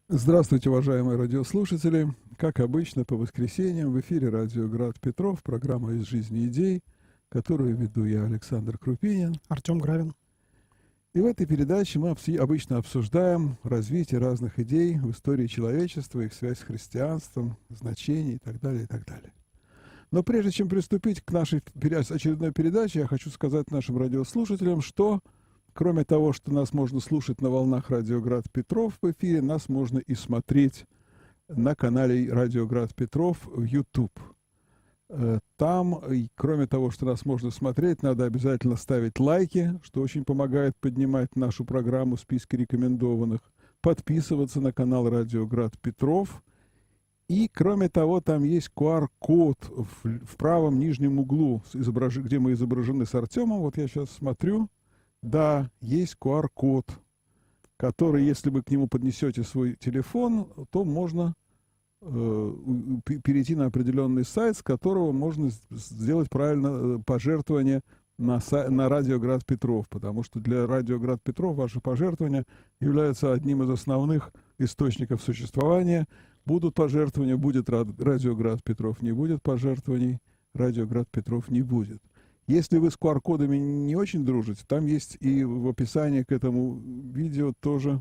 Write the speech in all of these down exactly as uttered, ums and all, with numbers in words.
Здравствуйте, уважаемые радиослушатели. Как обычно, по воскресеньям в эфире радио «Град Петров», программа «Из жизни идей», которую веду я, Александр Крупинин. Артем Гравин. И в этой передаче мы обычно обсуждаем развитие разных идей в истории человечества, их связь с христианством, значение и так далее, и так далее. Но прежде чем приступить к нашей очередной передаче, я хочу сказать нашим радиослушателям, что кроме того, что нас можно слушать на волнах радио «Град Петров» в эфире, нас можно и смотреть на канале радио «Град Петров» в YouTube. Там, кроме того, что нас можно смотреть, надо обязательно ставить лайки, что очень помогает поднимать нашу программу в списке рекомендованных, подписываться на канал радио «Град Петров». И, кроме того, там есть ку ар код в, в правом нижнем углу, изображ... где мы изображены с Артемом. Вот я сейчас смотрю. Да, есть ку ар код, который, если вы к нему поднесете свой телефон, то можно э, перейти на определенный сайт, с которого можно сделать правильно пожертвование на, на радио «Град Петров», потому что для радио «Град Петров» ваше пожертвование является одним из основных источников существования. Будут пожертвования, будет радио «Град Петров», не будет пожертвований, радио «Град Петров» не будет. Если вы с ку ар кодами не очень дружите, там есть и в описании к этому видео тоже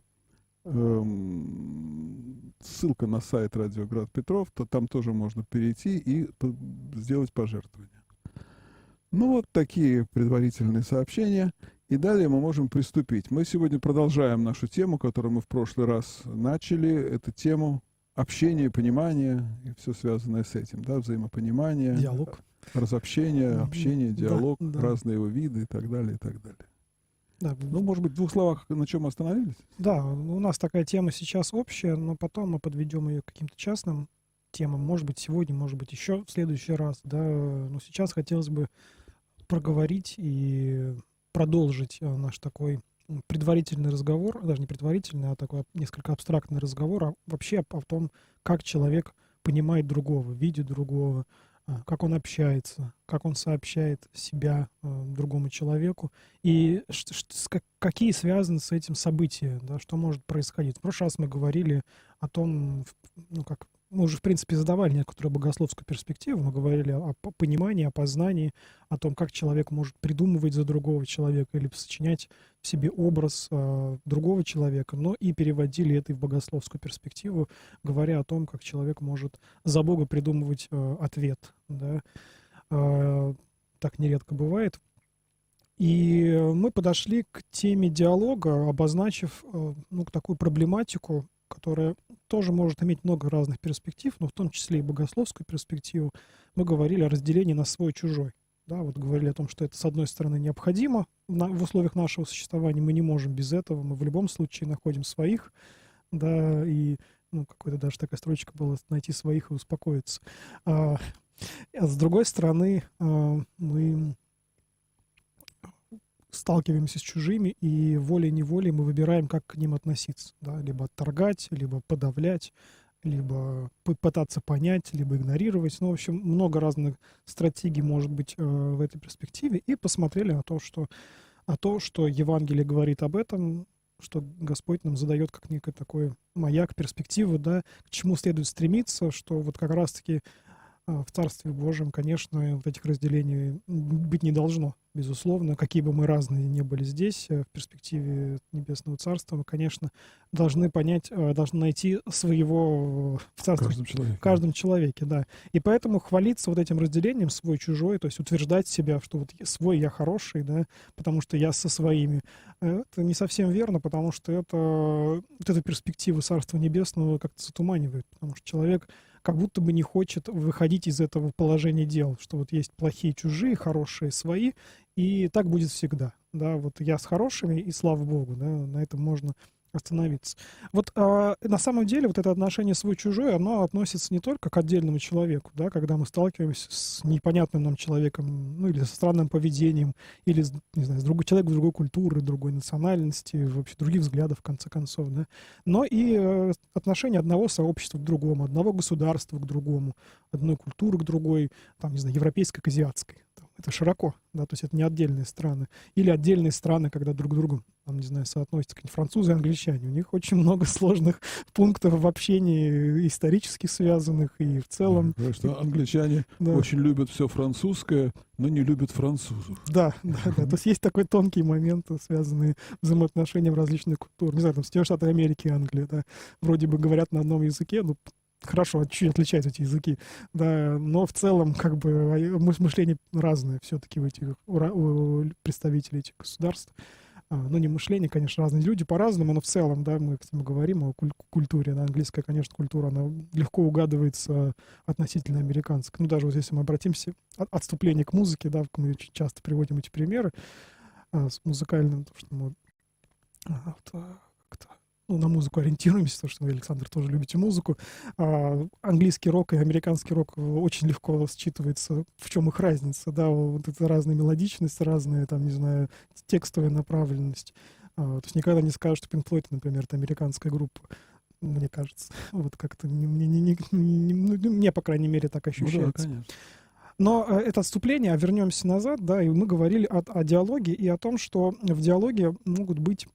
эм, ссылка на сайт радио «Град Петров», то там тоже можно перейти и сделать пожертвование. Ну вот такие предварительные сообщения. И далее мы можем приступить. Мы сегодня продолжаем нашу тему, которую мы в прошлый раз начали. Это тему общения, понимания и все связанное с этим, да, взаимопонимание. Диалог. Разобщение, общение, диалог, да, да. разные его виды и так далее, и так далее. Да. Ну, может быть, в двух словах, на чем остановились? Да, у нас такая тема сейчас общая, но потом мы подведем ее к каким-то частным темам. Может быть, сегодня, может быть, еще в следующий раз. Да. Но сейчас хотелось бы проговорить и продолжить наш такой предварительный разговор, даже не предварительный, а такой несколько абстрактный разговор а вообще о том, как человек понимает другого, видит другого, как он общается, как он сообщает себя э, другому человеку, и ш, ш, какие связаны с этим события, да, что может происходить. В прошлый раз мы говорили о том, ну, как мы уже, в принципе, задавали некоторую богословскую перспективу, мы говорили о понимании, о познании, о том, как человек может придумывать за другого человека или сочинять в себе образ э, другого человека, но и переводили это и в богословскую перспективу, говоря о том, как человек может за Бога придумывать э, ответ. Да? Э, так нередко бывает. И мы подошли к теме диалога, обозначив э, ну, такую проблематику, которая тоже может иметь много разных перспектив, но в том числе и богословскую перспективу. Мы говорили о разделении на свой-чужой. Да, вот говорили о том, что это, с одной стороны, необходимо на, в условиях нашего существования, мы не можем без этого, мы в любом случае находим своих, да, и ну, какой-то даже такая строчка была «найти своих и успокоиться». А, а с другой стороны, а, мы сталкиваемся с чужими, и волей-неволей мы выбираем, как к ним относиться. Да? Либо отторгать, либо подавлять, либо пытаться понять, либо игнорировать. Ну, в общем, много разных стратегий может быть э, в этой перспективе. И посмотрели на то, что, на то, что Евангелие говорит об этом, что Господь нам задает как некий такой маяк, перспективу, да, к чему следует стремиться, что вот как раз-таки в Царстве Божьем, конечно, вот этих разделений быть не должно, безусловно. Какие бы мы разные не были здесь, в перспективе Небесного Царства, мы, конечно, должны понять, должны найти своего в Царстве, каждом человеке. В каждом человеке, да. И поэтому хвалиться вот этим разделением свой-чужой, то есть утверждать себя, что вот свой я хороший, да, потому что я со своими. Это не совсем верно, потому что это, вот эта перспектива Царства Небесного как-то затуманивает, потому что человек как будто бы не хочет выходить из этого положения дел, что вот есть плохие чужие, хорошие свои, и так будет всегда. Да, вот я с хорошими, и слава Богу, да, на этом можно остановиться. Вот а, на самом деле вот это отношение свой-чужой, оно относится не только к отдельному человеку, да, когда мы сталкиваемся с непонятным нам человеком, ну или со странным поведением, или, не знаю, с другой человеком другой культуры, другой национальности, вообще других взглядов, в конце концов, да, но и э, отношение одного сообщества к другому, одного государства к другому, одной культуры к другой, там, не знаю, европейской к азиатской. это широко, да, то есть это не отдельные страны. Или отдельные страны, когда друг к другу, там, не знаю, соотносятся, как французы и англичане. У них очень много сложных пунктов в общении, исторически связанных, и в целом... Потому что англичане Да. очень любят все французское, но не любят французов. Да, да, да. То есть есть такой тонкий момент, связанный взаимоотношения в различных культурах. Не знаю, там Соединенные Штаты Америки и Англия, да, вроде бы говорят на одном языке, ну, хорошо, чуть отличаются эти языки, да, но в целом, как бы, мыс- мышление разное все-таки у этих у ра- у представителей этих государств. А, ну, не мышление, конечно, разные люди по-разному, но в целом, да, мы, мы говорим о куль- культуре, да, английская, конечно, культура, она легко угадывается относительно американской. Ну, даже вот если мы обратимся, от- отступление к музыке, да, мы очень часто приводим эти примеры а, с музыкальным, то, что мы а, вот, а, как-то, ну, на музыку ориентируемся, потому что вы, Александр, тоже любите музыку. А, английский рок и американский рок э, очень легко считывается, в чем их разница, да, вот это разная мелодичность, разная, там, не знаю, текстовая направленность. А, то есть никогда не скажешь, что Pink Floyd, например, это американская группа, мне кажется. Вот как-то не- мне, не, не- не- ну, мне, по крайней мере, так Ну да, ощущается. конечно. Но э, это отступление, а вернемся назад, да, и мы говорили о, о диалоге и о том, что в диалоге могут быть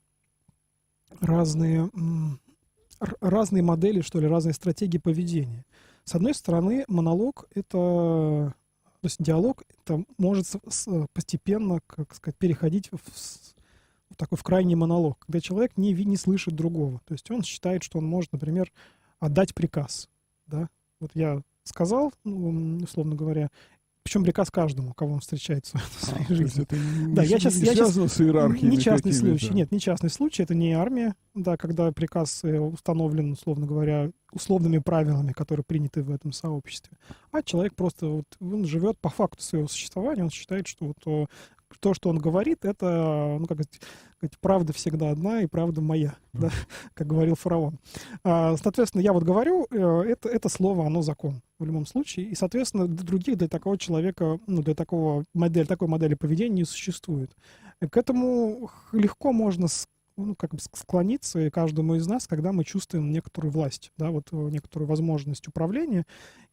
разные, м, р- разные модели, что ли, разные стратегии поведения. С одной стороны, монолог — это, то есть диалог, это может с- с- постепенно, как сказать, переходить в, с- в такой в крайний монолог, когда человек не, ви- не слышит другого. То есть он считает, что он может, например, отдать приказ, да. Вот я сказал, ну, м, условно говоря, причем приказ каждому, кого он встречается в своей А, то есть жизни. это не, Да, не я с- щас- не я щас- связано с иерархиями Не частный какими-то. случай, нет, не частный случай, это не армия, да, когда приказ э, установлен, условно говоря, условными правилами, которые приняты в этом сообществе, а человек просто вот, он живет по факту своего существования, он считает, что вот то, то, что он говорит, это, ну, как сказать, сказать, правда всегда одна и правда моя, да, как говорил фараон. А, соответственно, я вот говорю, э, это, это слово, оно закон в любом случае, и, соответственно, для других, для такого человека, ну, для такого модель, такой модели поведения не существует. И к этому х- легко можно с- ну, как бы ск- склониться и каждому из нас, когда мы чувствуем некоторую власть, да, вот э, некоторую возможность управления.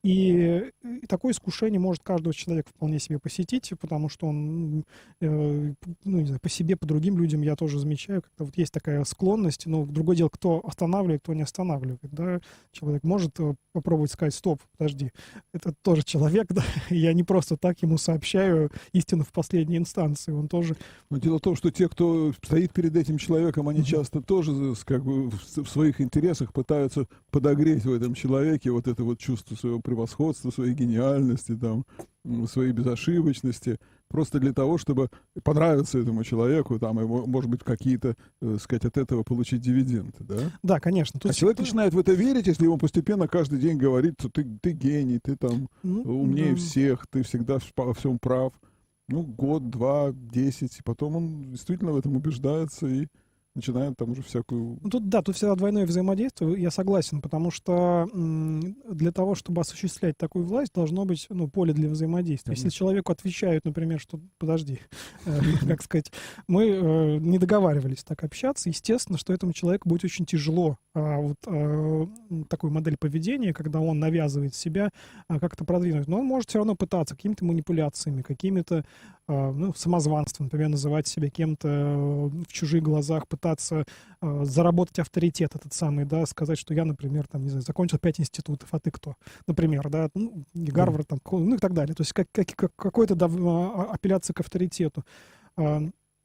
И, и такое искушение может каждого человека вполне себе посетить, потому что он, э, п- ну, не знаю, по себе, по другим людям я тоже замечаю, когда вот есть такая склонность, но другое дело, кто останавливает, кто не останавливает, да, человек может э, попробовать сказать: стоп, подожди, это тоже человек, да, я не просто так ему сообщаю истину в последней инстанции, он тоже... Но дело в том, что те, кто стоит перед этим человеком, они Мгм. часто тоже с- как бы в, с- в своих интересах пытаются подогреть в этом человеке вот это вот чувство своего превосходства, своей гениальности, там, м, своей безошибочности, просто для того, чтобы понравиться этому человеку, там, и, мо- может быть, какие-то, э, сказать, от этого получить дивиденды, да? Да, конечно. А Тут человек всегда- начинает в это верить, если ему постепенно каждый день говорит, что ты, ты гений, ты там Ну, умнее да. всех, ты всегда в- во всем прав. Ну, год, два, десять, и потом он действительно в этом убеждается и начинает там уже всякую... Ну, тут, да, тут всегда двойное взаимодействие, я согласен, потому что м, для того, чтобы осуществлять такую власть, должно быть, ну, поле для взаимодействия. Если Конечно. человеку отвечают, например, что, подожди, э, как сказать, мы э, не договаривались так общаться, естественно, что этому человеку будет очень тяжело а, вот э, м, такую модель поведения, когда он навязывает себя, а, как-то продвинуть. Но он может все равно пытаться какими-то манипуляциями, какими-то, а, ну, самозванством, например, называть себя кем-то э, в чужих глазах, пытаться э, заработать авторитет этот самый, да, сказать, что я, например, там, не знаю, закончил пять институтов, а ты кто? Например, да, ну, и Гарвард, там, ко- ну и так далее. То есть как, как, как- какой-то да, а, апелляция к авторитету. А,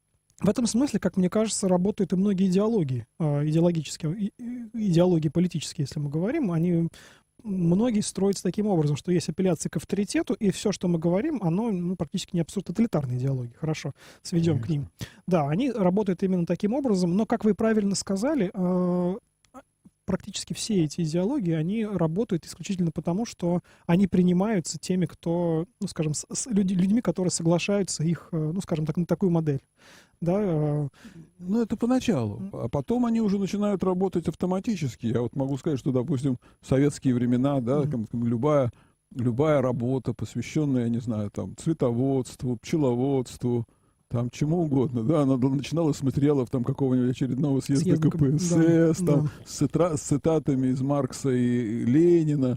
В этом смысле, как мне кажется, работают и многие идеологии, а, идеологические, и- и- идеологии политические, если мы говорим, они многие строятся таким образом, что есть апелляция к авторитету, и все, что мы говорим, оно, ну, практически не абсурд тоталитарные идеологии. Хорошо, сведем к ним. Да, они работают именно таким образом, но, как вы правильно сказали, э, практически все эти идеологии, они работают исключительно потому, что они принимаются теми, кто, ну, скажем, с, с люди- людьми, которые соглашаются их, э, ну, скажем так, на такую модель. Да, э, Ну, это поначалу. М. А потом они уже начинают работать автоматически. Я вот могу сказать, что, допустим, в советские времена, да, Мгм. там, там, любая, любая работа, посвященная, я не знаю, там, цветоводству, пчеловодству, там, чему угодно, да, она д- начиналась с материалов там какого-нибудь очередного съезда съезда КП, КПСС, да, там, да. с, цитра- с цитатами из Маркса и Ленина.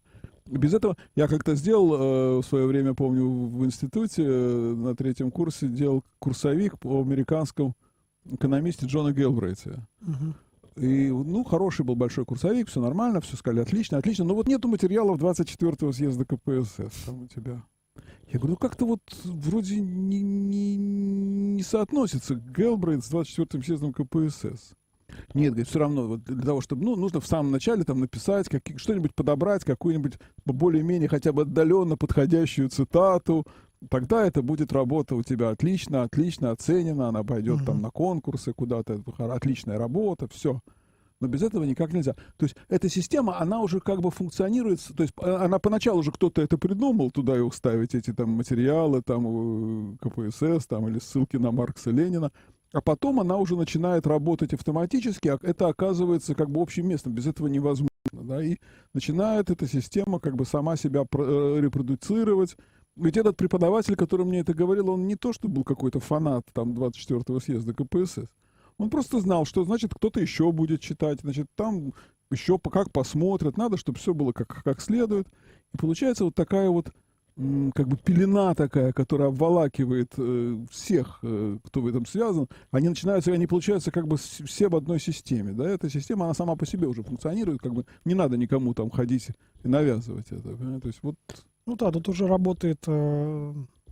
Без этого я как-то сделал э, в свое время, помню, в институте э, на третьем курсе делал курсовик по американскому экономисте Джона Гелбрейта. Мгм. И, ну, хороший был большой курсовик, все нормально, все сказали, отлично, отлично. Но вот нету материалов двадцать четвёртого съезда ка пэ эс эс там у тебя. Я говорю, ну как-то вот вроде не, не, не соотносится Гелбрейт с двадцать четвёртым съездом ка пэ эс эс. Нет, говорит, все равно вот для того, чтобы, ну, нужно в самом начале там написать, как, что-нибудь подобрать, какую-нибудь более-менее хотя бы отдаленно подходящую цитату. Тогда это будет работа у тебя отлично, отлично оценена, она пойдет там Мгм. на конкурсы куда-то, это хор- отличная работа, все. Но без этого никак нельзя. То есть эта система, она уже как бы функционирует, то есть э, она поначалу уже кто-то это придумал, туда и вставить эти там материалы, там э, ка пэ эс эс, там, или ссылки на Маркса, Ленина, а потом она уже начинает работать автоматически, а это оказывается как бы общим местом, без этого невозможно, да, и начинает эта система как бы сама себя про- э, репродуцировать. Ведь этот преподаватель, который мне это говорил, он не то, что был какой-то фанат там двадцать четвёртого съезда ка пэ эс эс, он просто знал, что, значит, кто-то еще будет читать, значит, там еще по- как посмотрят, надо, чтобы все было как, как следует. И получается вот такая вот м, как бы пелена такая, которая обволакивает э, всех, э, кто в этом связан. Они начинаются, они получаются как бы с- все в одной системе. Да? Эта система, она сама по себе уже функционирует, как бы не надо никому там ходить и навязывать это. Понимаете? То есть вот, Ну да, тут уже работает э,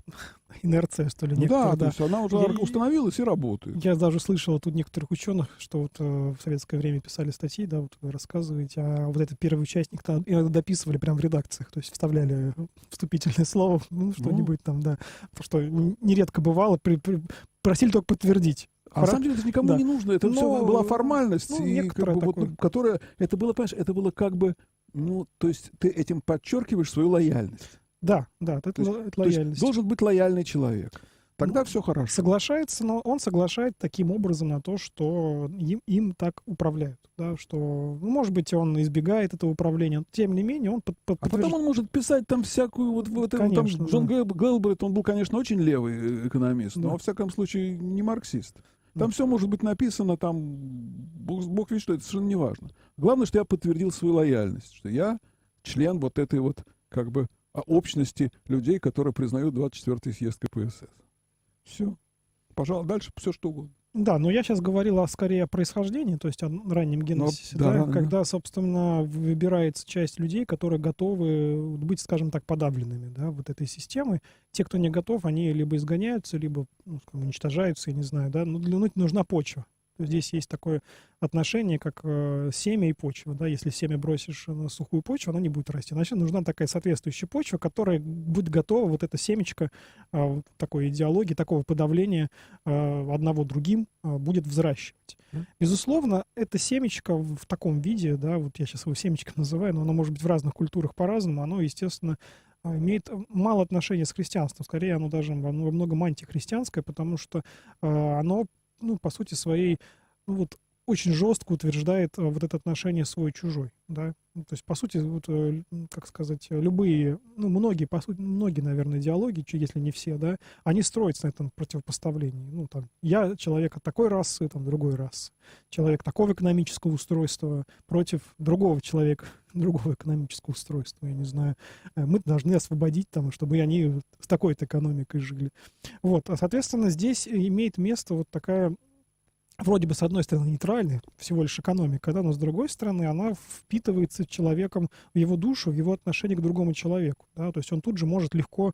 инерция, что ли, ну да, некоторая, то да. есть она уже Я, ор- установилась и работает. я даже слышал тут некоторых ученых, что вот э, в советское время писали статьи, да, вот вы рассказываете, а вот этот первый участник там иногда дописывали прямо в редакциях, то есть вставляли вступительное слово, ну, что-нибудь там, да. Потому что н- нередко бывало, при- при- просили только подтвердить. А на Пора- самом деле это никому да. не нужно. Это все Но, была формальность, ну, и как некоторое бы вот, такое. ну, которая, это было, понимаешь, это было как бы, ну, то есть ты этим подчеркиваешь свою лояльность. Да, да, это, То есть, ло- это то есть лояльность. должен быть лояльный человек. Тогда Ну, все хорошо. соглашается, но он соглашает таким образом на то, что им, им так управляют, да, что, ну, может быть, он избегает этого управления, но тем не менее он под, под- А потом подтвержд- он может писать там всякую, вот, вот это, там Конечно, Джон да. Гел- Гелбрейт, он был, конечно, очень левый э, экономист, но Да. во всяком случае не марксист. Да. Там все может быть написано, там, бог, бог видит, что это совершенно не важно. Главное, что я подтвердил свою лояльность, что я член вот этой вот, как бы, а, общности людей, которые признают двадцать четвёртый съезд ка пэ эс эс. Все. Пожалуй, дальше все что угодно. Да, но я сейчас говорил о, скорее о происхождении, то есть о раннем генезисе, да, да, рано, да. когда, собственно, выбирается часть людей, которые готовы быть, скажем так, подавленными, да, вот этой системой. Те, кто не готов, они либо изгоняются, либо, ну, скажем, уничтожаются, я не знаю, да, но для ну, нужна почва. То есть здесь есть такое отношение, как э, семя и почва, да, если семя бросишь на сухую почву, оно не будет расти. Значит, нужна такая соответствующая почва, которая будет готова вот это семечко э, вот такой идеологии, такого подавления э, одного другим э, будет взращивать. Мгм. Безусловно, это семечко в в таком виде, да, вот я сейчас его семечком называю, но оно может быть в разных культурах по-разному, оно, естественно, э, имеет э, мало отношения с христианством, скорее оно даже во во многом антихристианское, потому что э, оно, ну, по сути своей, ну, вот, очень жестко утверждает э, вот это отношение свой-чужой, да. Ну, то есть, по сути, вот, э, м, как сказать, э, любые, ну, многие, по сути, многие, наверное, идеологии, чи- если не все, да, они строятся на этом противопоставлении. Ну, там, я человек от такой расы, там, другой расы. Человек такого экономического устройства против другого человека, другого экономического устройства, я не знаю. Э, Мы должны освободить, там, чтобы они вот с такой-то экономикой жили. Вот, а, соответственно, здесь имеет место вот такая, вроде бы, с одной стороны, нейтральная, всего лишь экономика, да, но с другой стороны, она впитывается человеком в его душу, в его отношение к другому человеку, да, то есть он тут же может легко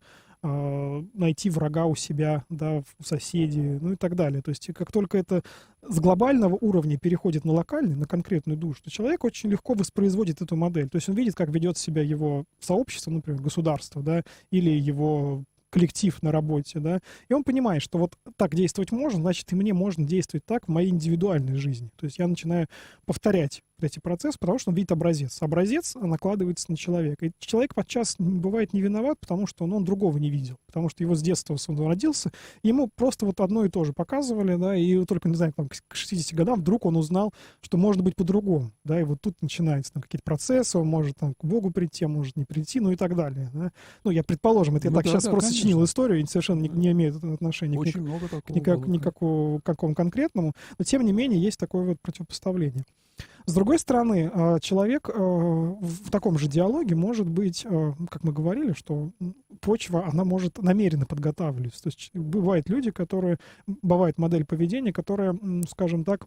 э, найти врага у себя, да, в соседей, ну и так далее. То есть как только это с глобального уровня переходит на локальный, на конкретную душу, то человек очень легко воспроизводит эту модель. То есть он видит, как ведет себя его сообщество, например, государство, да, или его коллектив на работе, да, и он понимает, что вот так действовать можно, значит, и мне можно действовать так в моей индивидуальной жизни. То есть я начинаю повторять эти процессы, потому что он видит образец. Образец накладывается на человека. И человек подчас бывает не виноват, потому что он, он другого не видел. Потому что его с детства он родился, ему просто вот одно и то же показывали, да, и только, не знаю, там, к шестидесяти годам вдруг он узнал, что может быть по-другому, да, и вот тут начинаются там какие-то процессы, он может там к Богу прийти, а может не прийти, ну и так далее, да. Ну, я предположим, это я Ну так да, сейчас да, просто конечно. сочинил историю, и совершенно не, не имеет отношения Очень к, много к такого никак, было. никакому какому конкретному, но тем не менее есть такое вот противопоставление. С другой стороны, э, человек э, в таком же диалоге может быть, э, как мы говорили, что м, почва, она может намеренно подготавливаться. То есть ч- бывают люди, которые, м, бывает модель поведения, которая, м, скажем так,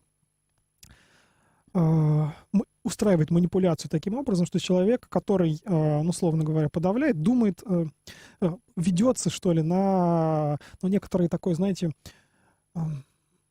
э, м- устраивает манипуляцию таким образом, что человек, который, э, ну, условно говоря, подавляет, думает, э, э, ведется, что ли, на, ну, некоторые такой, знаете, ам,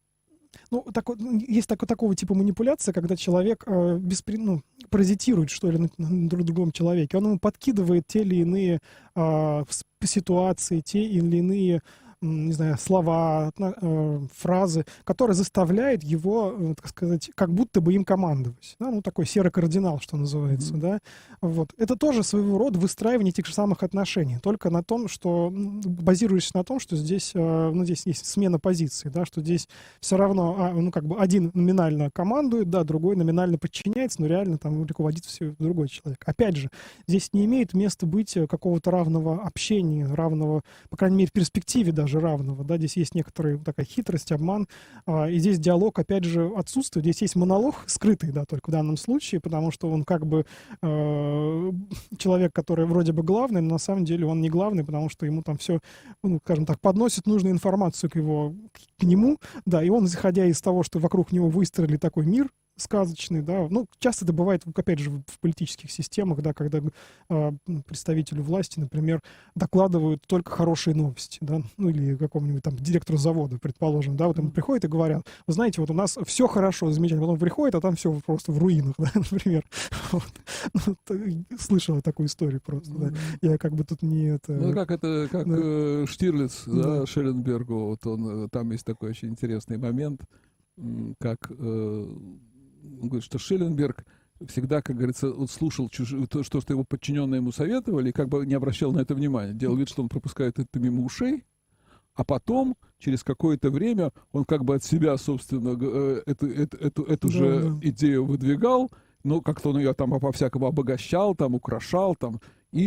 ну, тако- ну, есть тако- такого типа манипуляция, когда человек э, беспри- ну, паразитирует, что ли, на, на друг- другом человеке. Он ему подкидывает те или иные а, с- ситуации, те или иные, м, не знаю, слова, отно- э, фразы, которые заставляют его, э, так сказать, как будто бы им командовать. Да? Ну, такой серый кардинал, что называется, Мгм. да. Вот. Это тоже своего рода выстраивание тех же самых отношений, только на том, что, м, базируясь на том, что здесь, э, ну, здесь есть смена позиций, да, что здесь все равно, а, ну, как бы один номинально командует, да, другой номинально подчиняется, но реально там руководит все другой человек. Опять же, здесь не имеет места быть э, какого-то равного общения, равного, по крайней мере, в перспективе даже равного, да, здесь есть некоторая такая хитрость, обман, а, и здесь диалог, опять же, отсутствует, здесь есть монолог скрытый, да, только в данном случае, потому что он как бы э, человек, который вроде бы главный, но на самом деле он не главный, потому что ему там все, ну, скажем так, подносит нужную информацию к его, к нему, да, и он, исходя из того, что вокруг него выстроили такой мир сказочный, да, ну, часто это бывает, опять же, в в политических системах, да, когда э, представителю власти, например, докладывают только хорошие новости, да, ну, или какому-нибудь там директору завода, предположим, да, вот ему приходят и говорят, вы знаете, вот у нас все хорошо, замечательно, потом приходит, а там все просто в руинах, да, например. Вот. Ну, т- слышала такую историю просто, да. Ну, Я как бы тут не ну, это... как это, как Да, э, Штирлиц, да. да, Шелленбергу, вот он, э, там есть такой очень интересный момент, м, как э, он говорит, что Шелленберг всегда, как говорится, вот слушал чужие, то, что, что его подчиненные ему советовали, и как бы не обращал на это внимания. Делал вид, что он пропускает это мимо ушей, а потом, через какое-то время, он как бы от себя, собственно, г- э, эту, эту, эту, эту Да, же да. идею выдвигал, но как-то он ее там по-всякому обогащал, там, украшал, там, и,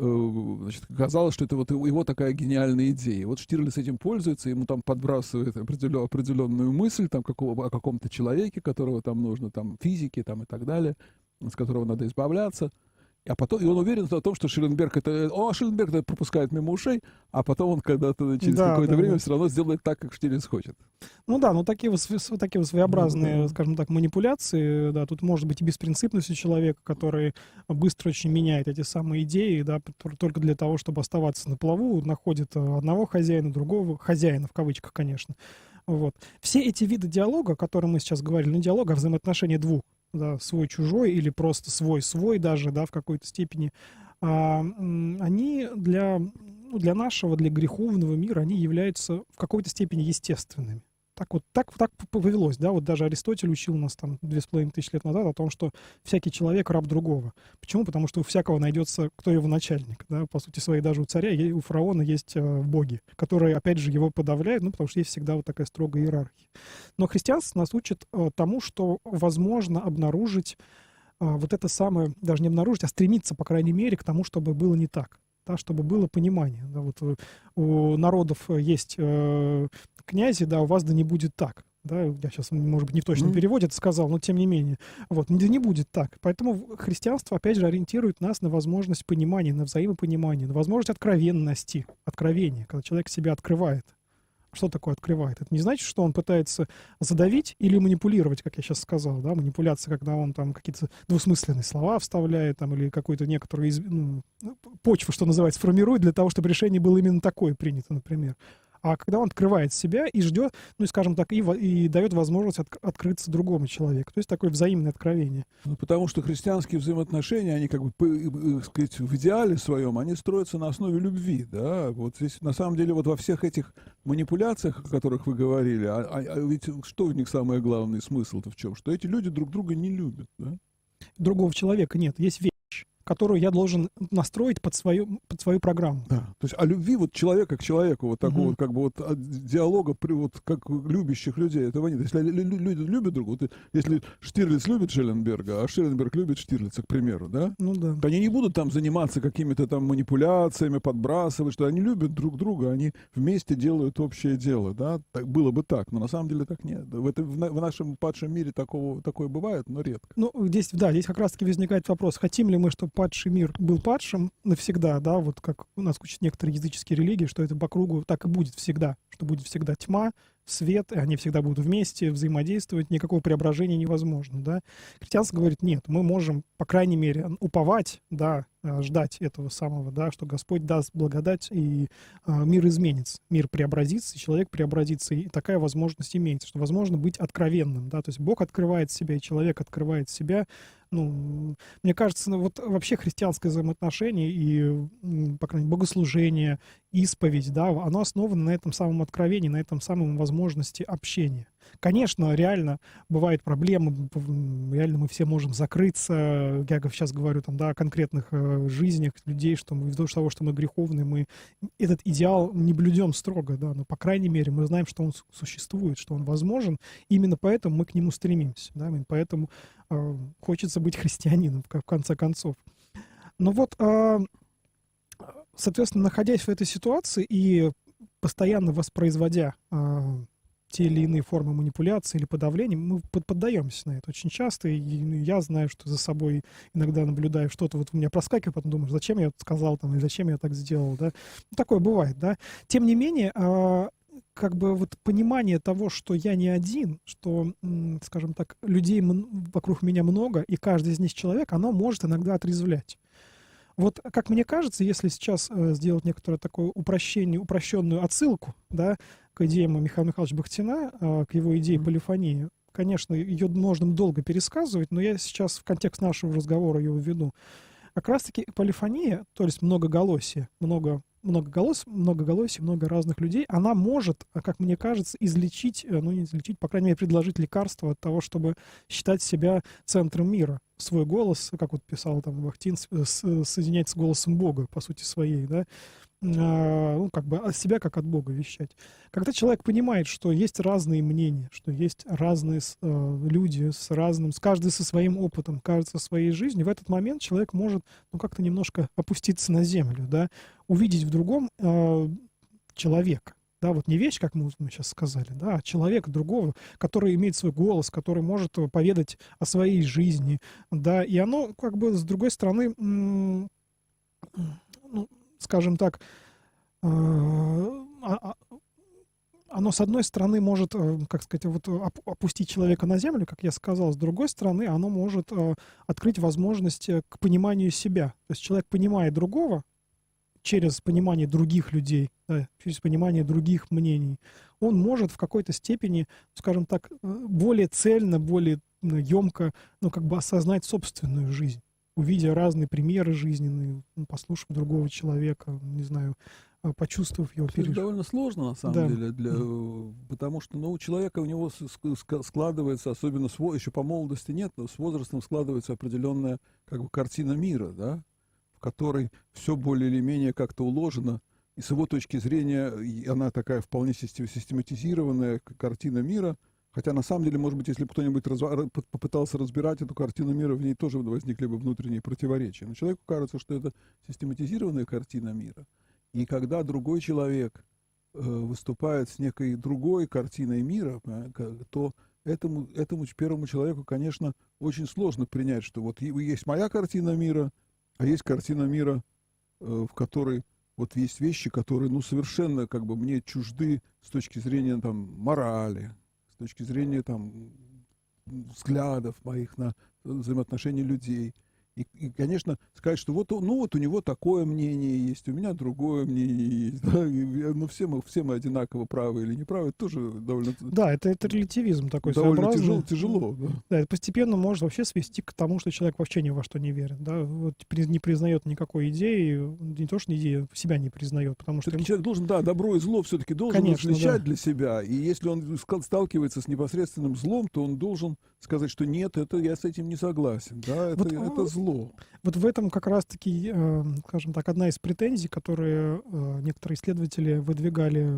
э, значит, казалось, что это вот его, его такая гениальная идея. И вот Штирлиц этим пользуется, ему там подбрасывает определен, определенную мысль там, какого, о каком-то человеке, которого там нужно, там, физике там, и так далее, с которого надо избавляться. А потом, и он уверен в том, что Шелленберг это, о, Шелленберг это пропускает мимо ушей, а потом он когда-то через Да, какое-то да, время да. все равно сделает так, как Штирлиц хочет. Ну да, ну такие вот, св- св- такие вот Ну, своеобразные, да. скажем так, манипуляции, да, тут может быть и беспринципность у человека, который быстро очень меняет эти самые идеи, да, п- только для того, чтобы оставаться на плаву, находит э, одного хозяина, другого хозяина, в кавычках, конечно. Вот. Все эти виды диалога, о которых мы сейчас говорили, не диалога, а взаимоотношения двух, да, свой-чужой или просто свой-свой даже, да, в какой-то степени, а, м, они для, ну, для нашего, для греховного мира, они являются в какой-то степени естественными. Так вот, так, так повелось, да, вот даже Аристотель учил нас там две с половиной тысячи лет назад о том, что всякий человек раб другого. Почему? Потому что у всякого найдется, кто его начальник, да, по сути своей, даже у царя, и у фараона есть э, боги, которые, опять же, его подавляют, ну, потому что есть всегда вот такая строгая иерархия. Но христианство нас учит э, тому, что возможно обнаружить а, вот это самое, даже не обнаружить, а стремиться, по крайней мере, к тому, чтобы было не так. Да, чтобы было понимание. Да, вот э, у народов э, есть э, князи, да, у вас да не будет так. Да, я сейчас, может быть, не в точном М? переводе это сказал, но тем не менее. Вот, да не будет так. Поэтому христианство, опять же, ориентирует нас на возможность понимания, на взаимопонимание, на возможность откровенности, откровения, когда человек себя открывает. Что такое открывает? Это не значит, что он пытается задавить или манипулировать, как я сейчас сказал, да, манипуляция, когда он там какие-то двусмысленные слова вставляет, там, или какую-то некоторую из- ну, почву, что называется, формирует для того, чтобы решение было именно такое принято, например. А когда он открывает себя и ждет, ну, и, скажем так, и, во- и дает возможность отк- открыться другому человеку. То есть такое взаимное откровение. Ну, потому что христианские взаимоотношения, они как бы, по- э, э, сказать, в идеале своем, они строятся на основе любви, да. Вот здесь, на самом деле, вот во всех этих манипуляциях, о которых вы говорили, а, а- а ведь что в них самый главный смысл-то в чем? Что эти люди друг друга не любят, да? Другого человека нет, есть вещь. которую я должен настроить под свою, под свою программу. Да. То есть о любви вот человека к человеку, вот такого Мгм. вот, как бы вот от диалога, при, вот как любящих людей, этого нет. Если лю- лю- люди любят друг друга, вот если Штирлиц любит Шелленберга, а Шелленберг любит Штирлица, к примеру, да, Ну да. то они не будут там заниматься какими-то там манипуляциями, подбрасывать, что они любят друг друга, они вместе делают общее дело, да, так, было бы так, но на самом деле так нет. В, этом, в, на- в нашем падшем мире такого, такое бывает, но редко. Ну, здесь, да, здесь как раз-таки возникает вопрос, хотим ли мы, чтобы падший мир был падшим навсегда, да, вот как у нас учат некоторые языческие религии, что это по кругу так и будет всегда, что будет всегда тьма, свет, и они всегда будут вместе взаимодействовать, никакого преображения невозможно, да. Христианство говорит, нет, мы можем, по крайней мере, уповать, да, э, ждать этого самого, да, что Господь даст благодать, и а, мир изменится, мир преобразится, и человек преобразится, и такая возможность имеется, что возможно быть откровенным, да, то есть Бог открывает себя, и человек открывает себя. Ну, мне кажется, ну, вот вообще христианское взаимоотношение и, м, по крайней мере, богослужение, исповедь, да, оно основано на этом самом откровении, на этом самом возможности общения. Конечно, реально бывают проблемы, б- реально мы все можем закрыться. Я как сейчас говорю там, да, о конкретных э, жизнях людей, что мы ввиду того, что мы греховны, мы этот идеал не блюдем строго, да, но по крайней мере мы знаем, что он су- существует, что он возможен. Именно поэтому мы к нему стремимся, да, именно поэтому э, хочется быть христианином в, ко- в конце концов. Но вот, э, соответственно, находясь в этой ситуации и постоянно воспроизводя э, те или иные формы манипуляции или подавления, мы под- поддаемся на это очень часто. И ну, я знаю, что за собой иногда наблюдаю, что-то вот у меня проскакивает, потом думаешь, зачем я это сказал там, или зачем я так сделал, да. Ну, такое бывает, да. Тем не менее, а, как бы вот понимание того, что я не один, что, м, скажем так, людей м- вокруг меня много, и каждый из них человек, оно может иногда отрезвлять. Вот, как мне кажется, если сейчас э, сделать некоторое такое упрощение, упрощенную отсылку, да, к идеям Михаила Михайловича Бахтина, э, к его идее Мгм. полифонии, конечно, ее можно долго пересказывать, но я сейчас в контекст нашего разговора ее введу. Как раз-таки полифония, то есть многоголосие, много, много голос, многоголосие, много разных людей, она может, а, как мне кажется, излечить, э, ну не излечить, по крайней мере, предложить лекарство от того, чтобы считать себя центром мира. Свой голос, как вот писал там Бахтин, с- с- соединять с голосом Бога, по сути своей, да, а, ну, как бы от себя как от Бога вещать. Когда человек понимает, что есть разные мнения, что есть разные с- э, люди с разным, с каждый со своим опытом, каждый со своей жизнью, в этот момент человек может, ну, как-то немножко опуститься на землю, да, увидеть в другом э, человека. Да, вот не вещь, как мы, мы сейчас сказали, да, а человека другого, который имеет свой голос, который может э, поведать о своей жизни, да, и оно, как бы, с другой стороны, м, ну, скажем так, э, а- а- оно, с одной стороны, может, э, как сказать, вот, э, оп- опустить человека на землю, как я сказал, с другой стороны, оно может э, открыть возможность э, к пониманию себя. То есть человек понимает другого через понимание других людей, да, через понимание других мнений. Он может в какой-то степени, скажем так, э, более цельно, более емко, ну, как бы осознать собственную жизнь, увидя разные примеры жизненные, ну, послушав другого человека, не знаю, э, почувствовав его Всё это переживания. довольно сложно, на самом Да. деле, для, Мгм. э, потому что, ну, у человека у него с- ск- ска- складывается, особенно с, во- еще по молодости нет, но с возрастом складывается определенная как бы картина мира, да, в которой все более или менее как-то уложено, и с его точки зрения и она такая вполне систем- систематизированная к- картина мира, хотя на самом деле, может быть, если бы кто-нибудь разва- ра- поп- попытался разбирать эту картину мира, в ней тоже возникли бы внутренние противоречия. Но человеку кажется, что это систематизированная картина мира, и когда другой человек э, выступает с некой другой картиной мира, понимаете, ка- то этому, этому первому человеку, конечно, очень сложно принять, что вот и- есть моя картина мира, а есть картина мира, э, в которой вот есть вещи, которые, ну, совершенно как бы мне чужды с точки зрения там морали, с точки зрения там взглядов моих на взаимоотношения людей. И, и, конечно, сказать, что вот, ну, вот у него такое мнение есть, у меня другое мнение есть, да, и, ну, все мы, все мы одинаково правы или неправы, это тоже довольно, Да, это, это релятивизм такой довольно тяжело, своеобразный. тяжело, да. Да, это постепенно может вообще свести к тому, что человек вообще ни во что не верит, да, вот при- не признает никакой идеи, не то, что идеи, себя не признает, потому что Все-таки ему, человек должен, да, добро и зло все-таки должен конечно, различать да. для себя. И если он ска- сталкивается с непосредственным злом, то он должен сказать, что нет, это я с этим не согласен. Да, это, Вот, это а, зло. зло. Вот в этом как раз-таки, э, скажем так, одна из претензий, которые э, некоторые исследователи выдвигали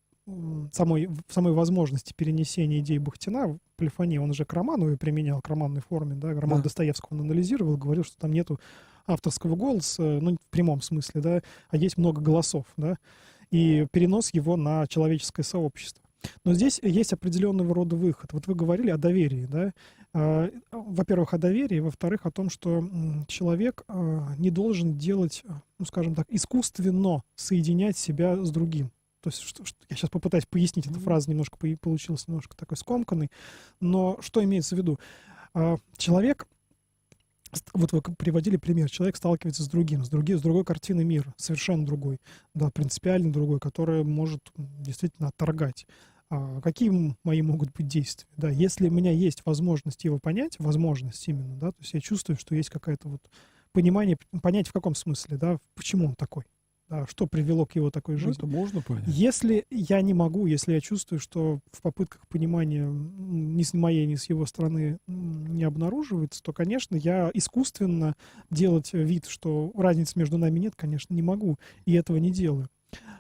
м, самой, в самой возможности перенесения идей Бахтина в полифонии. Он же к роману ее применял, к романной форме, да, роман Да. Достоевского он анализировал, говорил, что там нету авторского голоса, ну, в прямом смысле, да, а есть много голосов, да, и перенос его на человеческое сообщество. Но здесь есть определенного рода выход. Вот вы говорили о доверии, да. А, Во-первых, о доверии, во-вторых, о том, что м, человек а, не должен делать, а, ну, скажем так, искусственно соединять себя с другим. То есть, что, что- я сейчас попытаюсь пояснить, эта Мгм. фраза немножко по- получилась немножко такой скомканной, но что имеется в виду? А, Человек, ст- вот вы к- приводили пример, человек сталкивается с другим, с, други- с другой картиной мира, совершенно другой, да, принципиально другой, которая может м, действительно отторгать. А, какие м- мои могут быть действия? Да, если у меня есть возможность его понять, возможность именно, да, то есть я чувствую, что есть какая-то вот понимание, п- понять в каком смысле, да, почему он такой, да, что привело к его такой Ну, жизни. это можно понять. Если я не могу, если я чувствую, что в попытках понимания м, ни с моей, ни с его стороны м, не обнаруживается, то, конечно, я искусственно делать вид, что разницы между нами нет, конечно, не могу, и этого не делаю.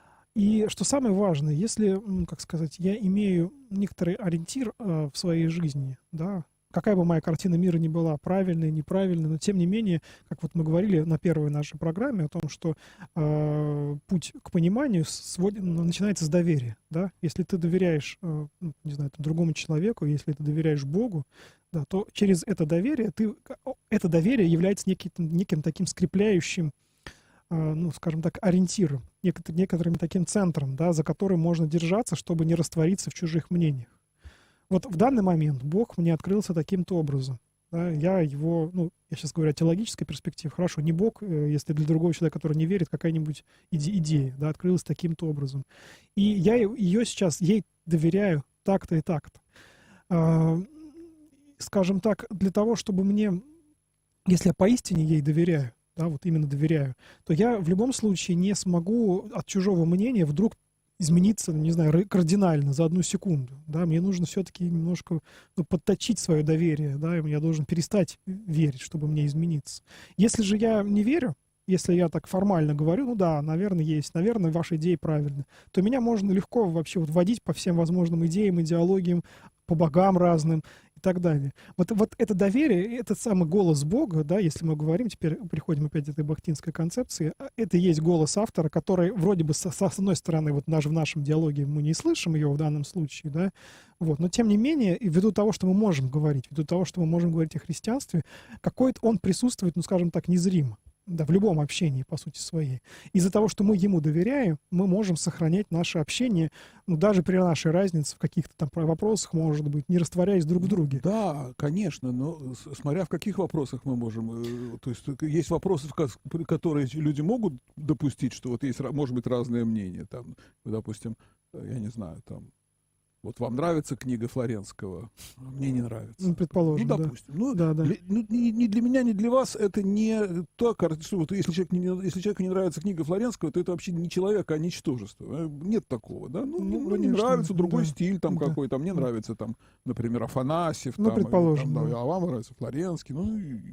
И что самое важное, если, м, как сказать, я имею некоторый ориентир э, в своей жизни, да, какая бы моя картина мира ни была, правильная, неправильная, но тем не менее, как вот мы говорили на первой нашей программе о том, что э, путь к пониманию сводит, ну, начинается с доверия, да. Если ты доверяешь, э, ну, не знаю, там, другому человеку, если ты доверяешь Богу, да, то через это доверие ты, о, это доверие является неким, неким таким скрепляющим, а, ну, скажем так, ориентиром, некотор- некоторым таким центром, да, за который можно держаться, чтобы не раствориться в чужих мнениях. Вот в данный момент Бог мне открылся таким-то образом. Да, я его, ну, я сейчас говорю о теологической перспективе, хорошо, не Бог, э, если для другого человека, который не верит, какая-нибудь иде- идея, да, открылась таким-то образом. И я е- ее сейчас, ей доверяю так-то и так-то. А, Скажем так, для того, чтобы мне, если я поистине ей доверяю, да, вот именно доверяю, то я в любом случае не смогу от чужого мнения вдруг измениться, не знаю, ра- кардинально за одну секунду, да, мне нужно все-таки немножко, ну, подточить свое доверие, да, и я должен перестать верить, чтобы мне измениться. Если же я не верю, если я так формально говорю, ну да, наверное, есть, наверное, ваши идеи правильны, то меня можно легко вообще вот водить по всем возможным идеям, идеологиям, по богам разным и так далее. Вот, вот это доверие, этот самый голос Бога, да, если мы говорим, теперь приходим опять к этой бахтинской концепции, а это и есть голос автора, который вроде бы со, со- с одной стороны, вот наш, в нашем диалоге мы не слышим ее в данном случае, да, вот, но тем не менее, и ввиду того, что мы можем говорить, ввиду того, что мы можем говорить о христианстве, какой-то он присутствует, ну, скажем так, незримо. Да, в любом общении, по сути своей. Из-за того, что мы ему доверяем, мы можем сохранять наше общение, ну, даже при нашей разнице в каких-то там вопросах, может быть, не растворяясь друг в Ну, друге. да, конечно, но с- смотря в каких вопросах мы можем, э, то есть э, есть вопросы, в кос- при- которые люди могут допустить, что вот есть, ра- может быть, разное мнение, там, допустим, э, я не знаю, там, вот вам нравится книга Флоренского, а мне не нравится. Ну, Ну, предположим, да. допустим. Ну, Да, да. для, ну, ни, ни для меня, ни для вас это не то, кар- что вот если, человек не, если человеку не нравится книга Флоренского, то это вообще не человек, а ничтожество. Э, Нет такого, да? Ну, не, Ну, ну, не конечно, нравится, другой да. стиль там Да. какой-то. Мне Да. нравится там, например, Афанасьев, Ну, там, или там, предположим, да, да. а вам нравится Флоренский. Ну, и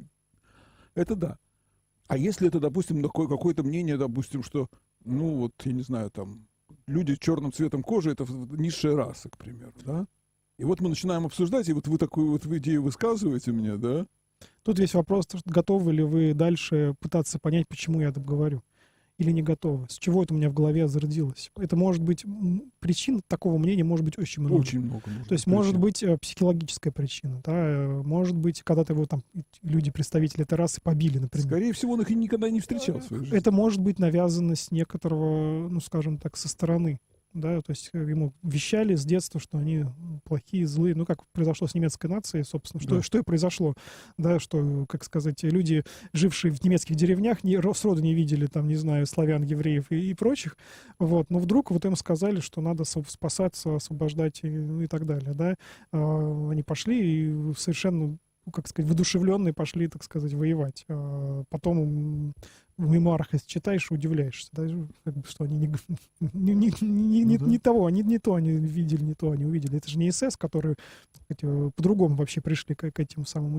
это да. А если это, допустим, такое какое-то мнение, допустим, что, ну, вот, я не знаю, там, люди с черным цветом кожи — это в- низшая раса, к примеру, да? И вот мы начинаем обсуждать, и вот вы такую вот идею высказываете мне, да? Тут весь вопрос, то, что готовы ли вы дальше пытаться понять, почему я так говорю, или не готовы, с чего это у меня в голове зародилось. Это может быть, м, причин такого мнения может быть очень много. Очень много может То есть быть может причин. быть э, психологическая причина, да, э, может быть, когда-то его там и- люди, представители этой расы побили, например. Скорее всего, он их и никогда не встречал в своей жизни. Это может быть навязанность некоторого, ну, скажем так, со стороны. Да, то есть э, ему вещали с детства, что они м, плохие, злые. Ну, как произошло с немецкой нацией, собственно, что, Да. что и произошло. Да, что, как сказать, люди, жившие в немецких деревнях, не, ро- сроду не видели, там, не знаю, славян, евреев и, и прочих. Вот. Но вдруг вот им сказали, что надо со- спасаться, освобождать и, ну, и так далее. Да. А, они пошли и совершенно, ну, как сказать, воодушевленные пошли, так сказать, воевать. А потом м, в мемуарах, если читаешь, удивляешься, да, как бы, что они не, не, не, не, Ну не- да. не того, они не то они видели, не то они увидели. Это же не эс эс, которые так сказать, э, по-другому вообще пришли к, к этим самым идеям.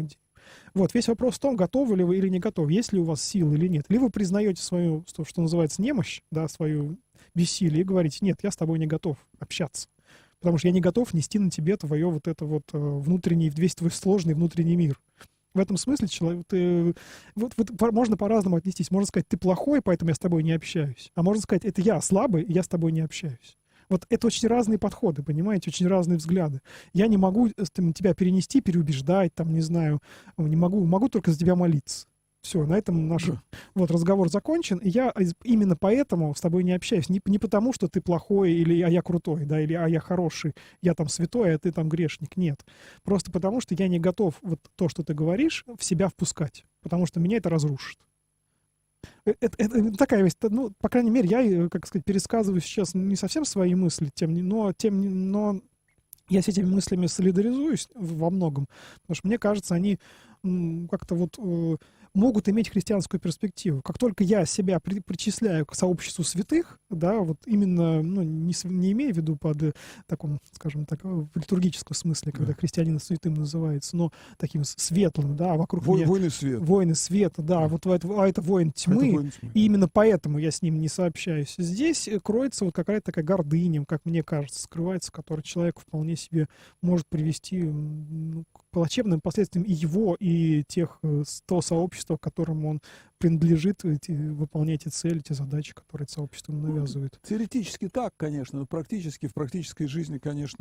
Вот, весь вопрос в том, готовы ли вы или не готовы, есть ли у вас силы или нет. Или вы признаете свою, что, что называется, немощь, да, свою бессилие, и говорите, нет, я с тобой не готов общаться. Потому что я не готов нести на тебе твое вот это вот э, внутренний, весь твой сложный внутренний мир. В этом смысле человек, ты, вот, вот по- можно по-разному отнестись. Можно сказать, ты плохой, поэтому я с тобой не общаюсь. А можно сказать, это я слабый, и я с тобой не общаюсь. Вот это очень разные подходы, понимаете, очень разные взгляды. Я не могу э, там, тебя перенести, переубеждать, там, не знаю, не могу, могу только за тебя молиться. Все, на этом наш Да. вот разговор закончен, и я из- именно поэтому с тобой не общаюсь. Не, не потому, что ты плохой, или а я крутой, да, или а я хороший, я там святой, а ты там грешник. Нет. Просто потому, что я не готов вот то, что ты говоришь, в себя впускать. Потому что меня это разрушит. Э- Это, это такая вещь, ну, по крайней мере, я, э, как сказать, пересказываю сейчас не совсем свои мысли, тем, не- но, тем, не- но я с этими мыслями солидаризуюсь во многом, потому что мне кажется, они м, как-то вот э, могут иметь христианскую перспективу. Как только я себя при- причисляю к сообществу святых, да, вот именно, ну, не, св- не имея в виду под э, таком, скажем так, э, в литургическом смысле, когда Да. христианин святым называется, но таким с- светлым, да, а вокруг Вой- меня Войны света. воины света, да, Да. вот это, а это воин А это тьмы, войны тьмы. и именно поэтому я с ним не сообщаюсь. Здесь э, кроется вот какая-то такая гордыня, как мне кажется, скрывается, которая человеку вполне себе может привести м, ну, к плачевным последствиям и его, и тех, э, с- то сообщество, которому он принадлежит, эти, выполнять эти цели, те задачи, которые это сообщество ему Ну, навязывает. теоретически так, конечно, но практически, в практической жизни, конечно,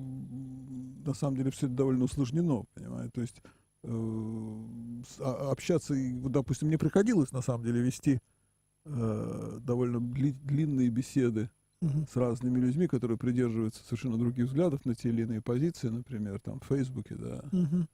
м, на самом деле все это довольно усложнено, понимаете, то есть э, с- а- общаться, и, вот, допустим, мне приходилось, на самом деле, вести э, довольно дли- длинные беседы Мгм. с разными людьми, которые придерживаются совершенно других взглядов на те или иные позиции, например, там, в Фейсбуке, да. Мгм.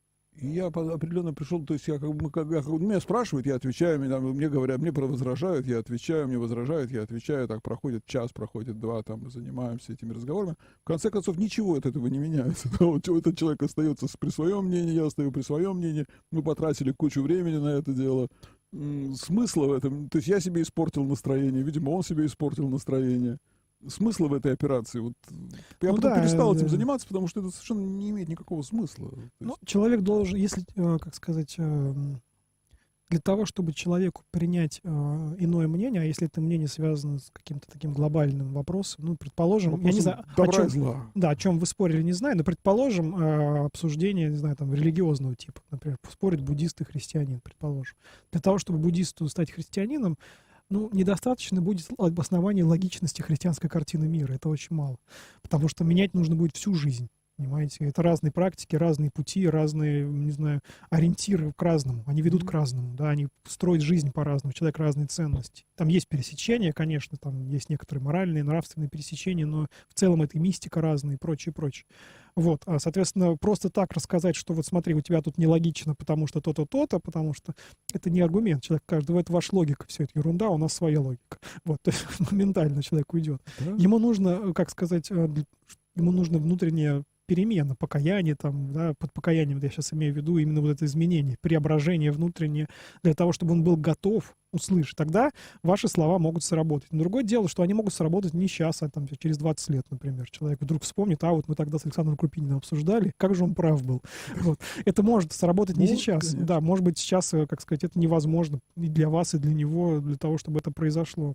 И я по- определенно пришел, то есть я как бы, мы как- я как бы- меня спрашивают, я отвечаю, мне, там, мне говорят, мне про- возражают, я отвечаю, мне возражают, я отвечаю, так проходит час, проходит два, там мы занимаемся этими разговорами. В конце концов, ничего от этого не меняется. Да, вот этот человек остается с- при своем мнении, я остаю при своем мнении, мы потратили кучу времени на это дело. М, Смысла в этом, то есть я себе испортил настроение, видимо, он себе испортил настроение. Смысла в этой операции, вот я Ну потом да, перестал этим э, заниматься, потому что это совершенно не имеет никакого смысла. То ну, есть, человек должен, если, э, как сказать, эм, для того, чтобы человеку принять э, иное мнение, а если это мнение связано с каким-то таким глобальным вопросом, ну, предположим, я не вопросом знаю, о добра и чем, зла. да, о чем вы спорили, не знаю, но предположим, э, обсуждение, не знаю, там, религиозного типа, например, спорят буддист и христианин, предположим. Для того, чтобы буддисту стать христианином, ну, недостаточно будет обоснования логичности христианской картины мира. Это очень мало. Потому что менять нужно будет всю жизнь. Понимаете? Это разные практики, разные пути, разные, не знаю, ориентиры к разному. Они ведут к Мгм. разному, да, они строят жизнь по-разному, человек разные ценности. Там есть пересечения, конечно, там есть некоторые моральные, нравственные пересечения, но в целом это и мистика разная и прочее, прочее. Вот, а, соответственно, просто так рассказать, что вот смотри, у тебя тут нелогично, потому что то-то, то-то, потому что это не аргумент. Человек каждый, это ваша логика, все это ерунда, у нас своя логика. Вот, то есть моментально человек уйдет. Да? Ему нужно, э, как сказать, э, для- ему нужно внутренняя перемена, покаяние там, да, под покаянием я сейчас имею в виду именно вот это изменение, преображение внутреннее, для того, чтобы он был готов услышать. Тогда ваши слова могут сработать. Но другое дело, что они могут сработать не сейчас, а там через двадцать лет, например. Человек вдруг вспомнит, а вот мы тогда с Александром Крупининым обсуждали, как же он прав был. Вот. Это может сработать не Может, сейчас. конечно. Да, может быть, сейчас, э, как сказать, это невозможно и для вас, и для него, для того, чтобы это произошло.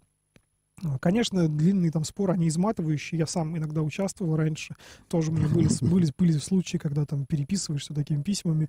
А, Конечно, длинные там споры, они изматывающие. Я сам иногда участвовал раньше. Тоже у меня были, с- были, были случаи, когда там переписываешься такими письмами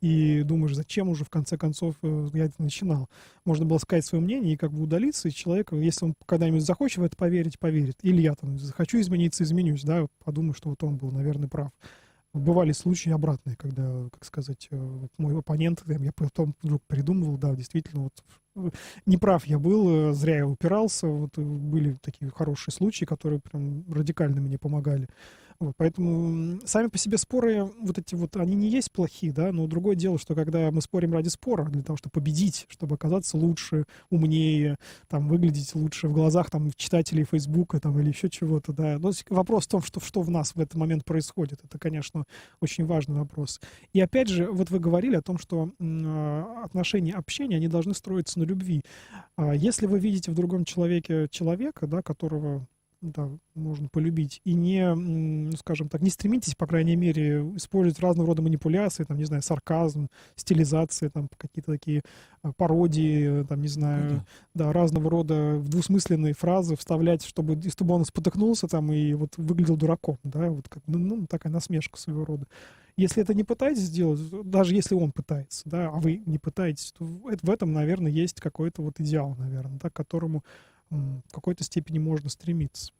и думаешь, зачем уже в конце концов э, я это начинал. Можно было сказать свое мнение и как бы удалиться, и человек, если он когда-нибудь захочет в это поверить, поверит. Или я там захочу измениться, изменюсь, да, вот подумаю, что вот он был, наверное, прав. Бывали случаи обратные, когда, как сказать, э, вот мой оппонент, э, я потом вдруг придумывал, да, действительно, вот э, неправ я был, э, зря я упирался, вот э, были такие хорошие случаи, которые прям радикально мне помогали. Вот, поэтому м, сами по себе споры, вот эти вот, они не есть плохие, да, но другое дело, что когда мы спорим ради спора, для того, чтобы победить, чтобы оказаться лучше, умнее, там, выглядеть лучше в глазах там читателей Фейсбука там или еще чего-то, да. Но с- вопрос в том, что, что в нас в этот момент происходит. Это, конечно, очень важный вопрос. И опять же, вот вы говорили о том, что м, а, отношения, общения, они должны строиться на любви. А Если вы видите в другом человеке человека, да, которого да, можно полюбить. И не, м, ну, скажем так, не стремитесь, по крайней мере, использовать разного рода манипуляции, там, не знаю, сарказм, стилизации, там, какие-то такие а, пародии, э, там, не Ну, знаю, понятно. да, разного рода двусмысленные фразы вставлять, чтобы, и чтобы он спотыкнулся там и вот выглядел дураком, да, вот как, ну, ну, такая насмешка своего рода. Если это не пытаетесь сделать, даже если он пытается, да, а вы не пытаетесь, то в эт- в этом, наверное, есть какой-то вот идеал, наверное, да, к которому м, в какой-то степени можно стремиться.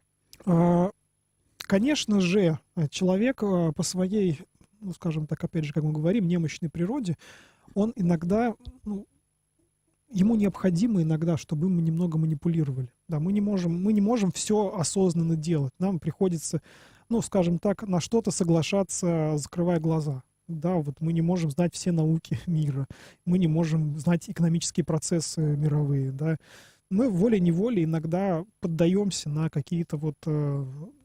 А, Конечно же, э, человек э, по своей, ну, скажем так, опять же, как мы говорим, немощной природе, он иногда, ну, ему необходимо иногда, чтобы мы немного манипулировали. Да, мы не можем, мы не можем все осознанно делать. Нам приходится, ну, скажем так, на что-то соглашаться, закрывая глаза. Да, вот мы не можем знать все науки мира, мы не можем знать экономические процессы мировые, да. Мы волей-неволей иногда поддаемся на какие-то вот, э,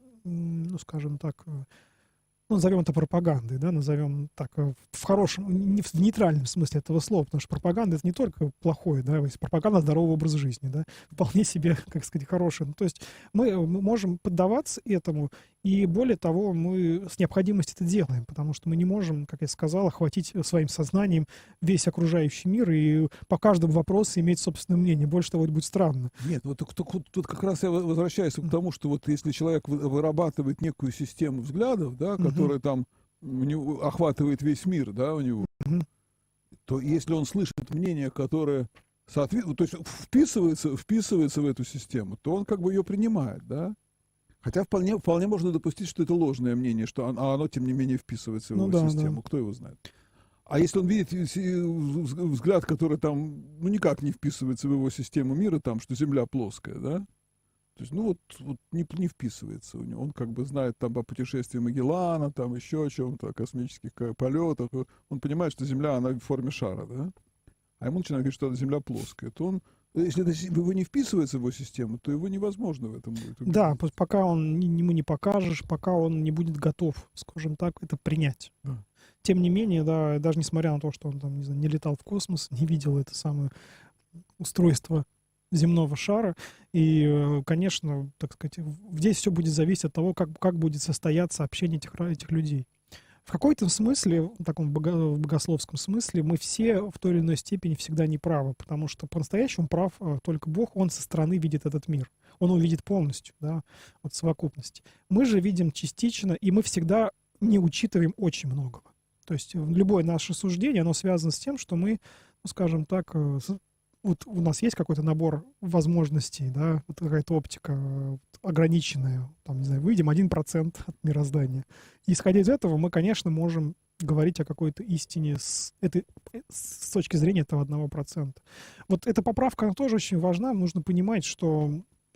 м, ну, скажем так, э, ну, назовем это пропагандой, да, назовем так, э, в хорошем, не в в нейтральном смысле этого слова, потому что пропаганда — это не только плохое, да, то есть пропаганда здорового образа жизни, да, вполне себе, как сказать, хорошая. Ну, то есть мы, э, мы можем поддаваться этому, и более того, мы с необходимостью это делаем, потому что мы не можем, как я сказал, охватить своим сознанием весь окружающий мир и по каждому вопросу иметь собственное мнение. Больше того, это будет странно. Нет, вот тут, тут- тут как раз я во- возвращаюсь к тому, что вот если человек вы- вырабатывает некую систему взглядов, да, Мгм. которая там у него охватывает весь мир, да, у него, Мгм. то если он слышит мнение, которое соответствует, то есть вписывается, вписывается в эту систему, то он как бы ее принимает, да. Хотя вполне, вполне можно допустить, что это ложное мнение, что он- а оно, тем не менее, вписывается в Ну его да, да. систему. Кто его знает? А если он видит вз- вз- взгляд, который там, ну, никак не вписывается в его систему мира, там, что Земля плоская, да? То есть, ну, вот, вот не, не вписывается у него. Он как бы знает там о путешествии Магеллана, там еще о чем-то, о космических ка- полетах. Он понимает, что Земля, она в форме шара, да? А ему начинают говорить, что Земля плоская. То он, если это си- его не вписывается в его систему, то его невозможно в этом будет Да, убедить. пос- пока он не- ему не покажешь, пока он не будет готов, скажем так, это принять. Да. Тем не менее, да, даже несмотря на то, что он там, не знаю, не летал в космос, не видел это самое устройство земного шара, и, э, конечно, так сказать, в- здесь все будет зависеть от того, как, как будет состояться общение этих, ра- этих людей. В какой-то смысле, в таком бого- в богословском смысле, мы все в той или иной степени всегда не правы, потому что по-настоящему прав э, только Бог, Он со стороны видит этот мир. Он увидит полностью, да, вот совокупность. Мы же видим частично, и мы всегда не учитываем очень многого. То есть э, любое наше суждение, оно связано с тем, что мы, ну, скажем так, э, с- вот у нас есть какой-то набор возможностей, да, вот какая-то оптика э, вот ограниченная, там, не знаю, выйдем один процент от мироздания. Исходя из этого, мы, конечно, можем говорить о какой-то истине с, этой, э, с точки зрения этого одного процента. Вот эта поправка, она тоже очень важна. Нужно понимать, что,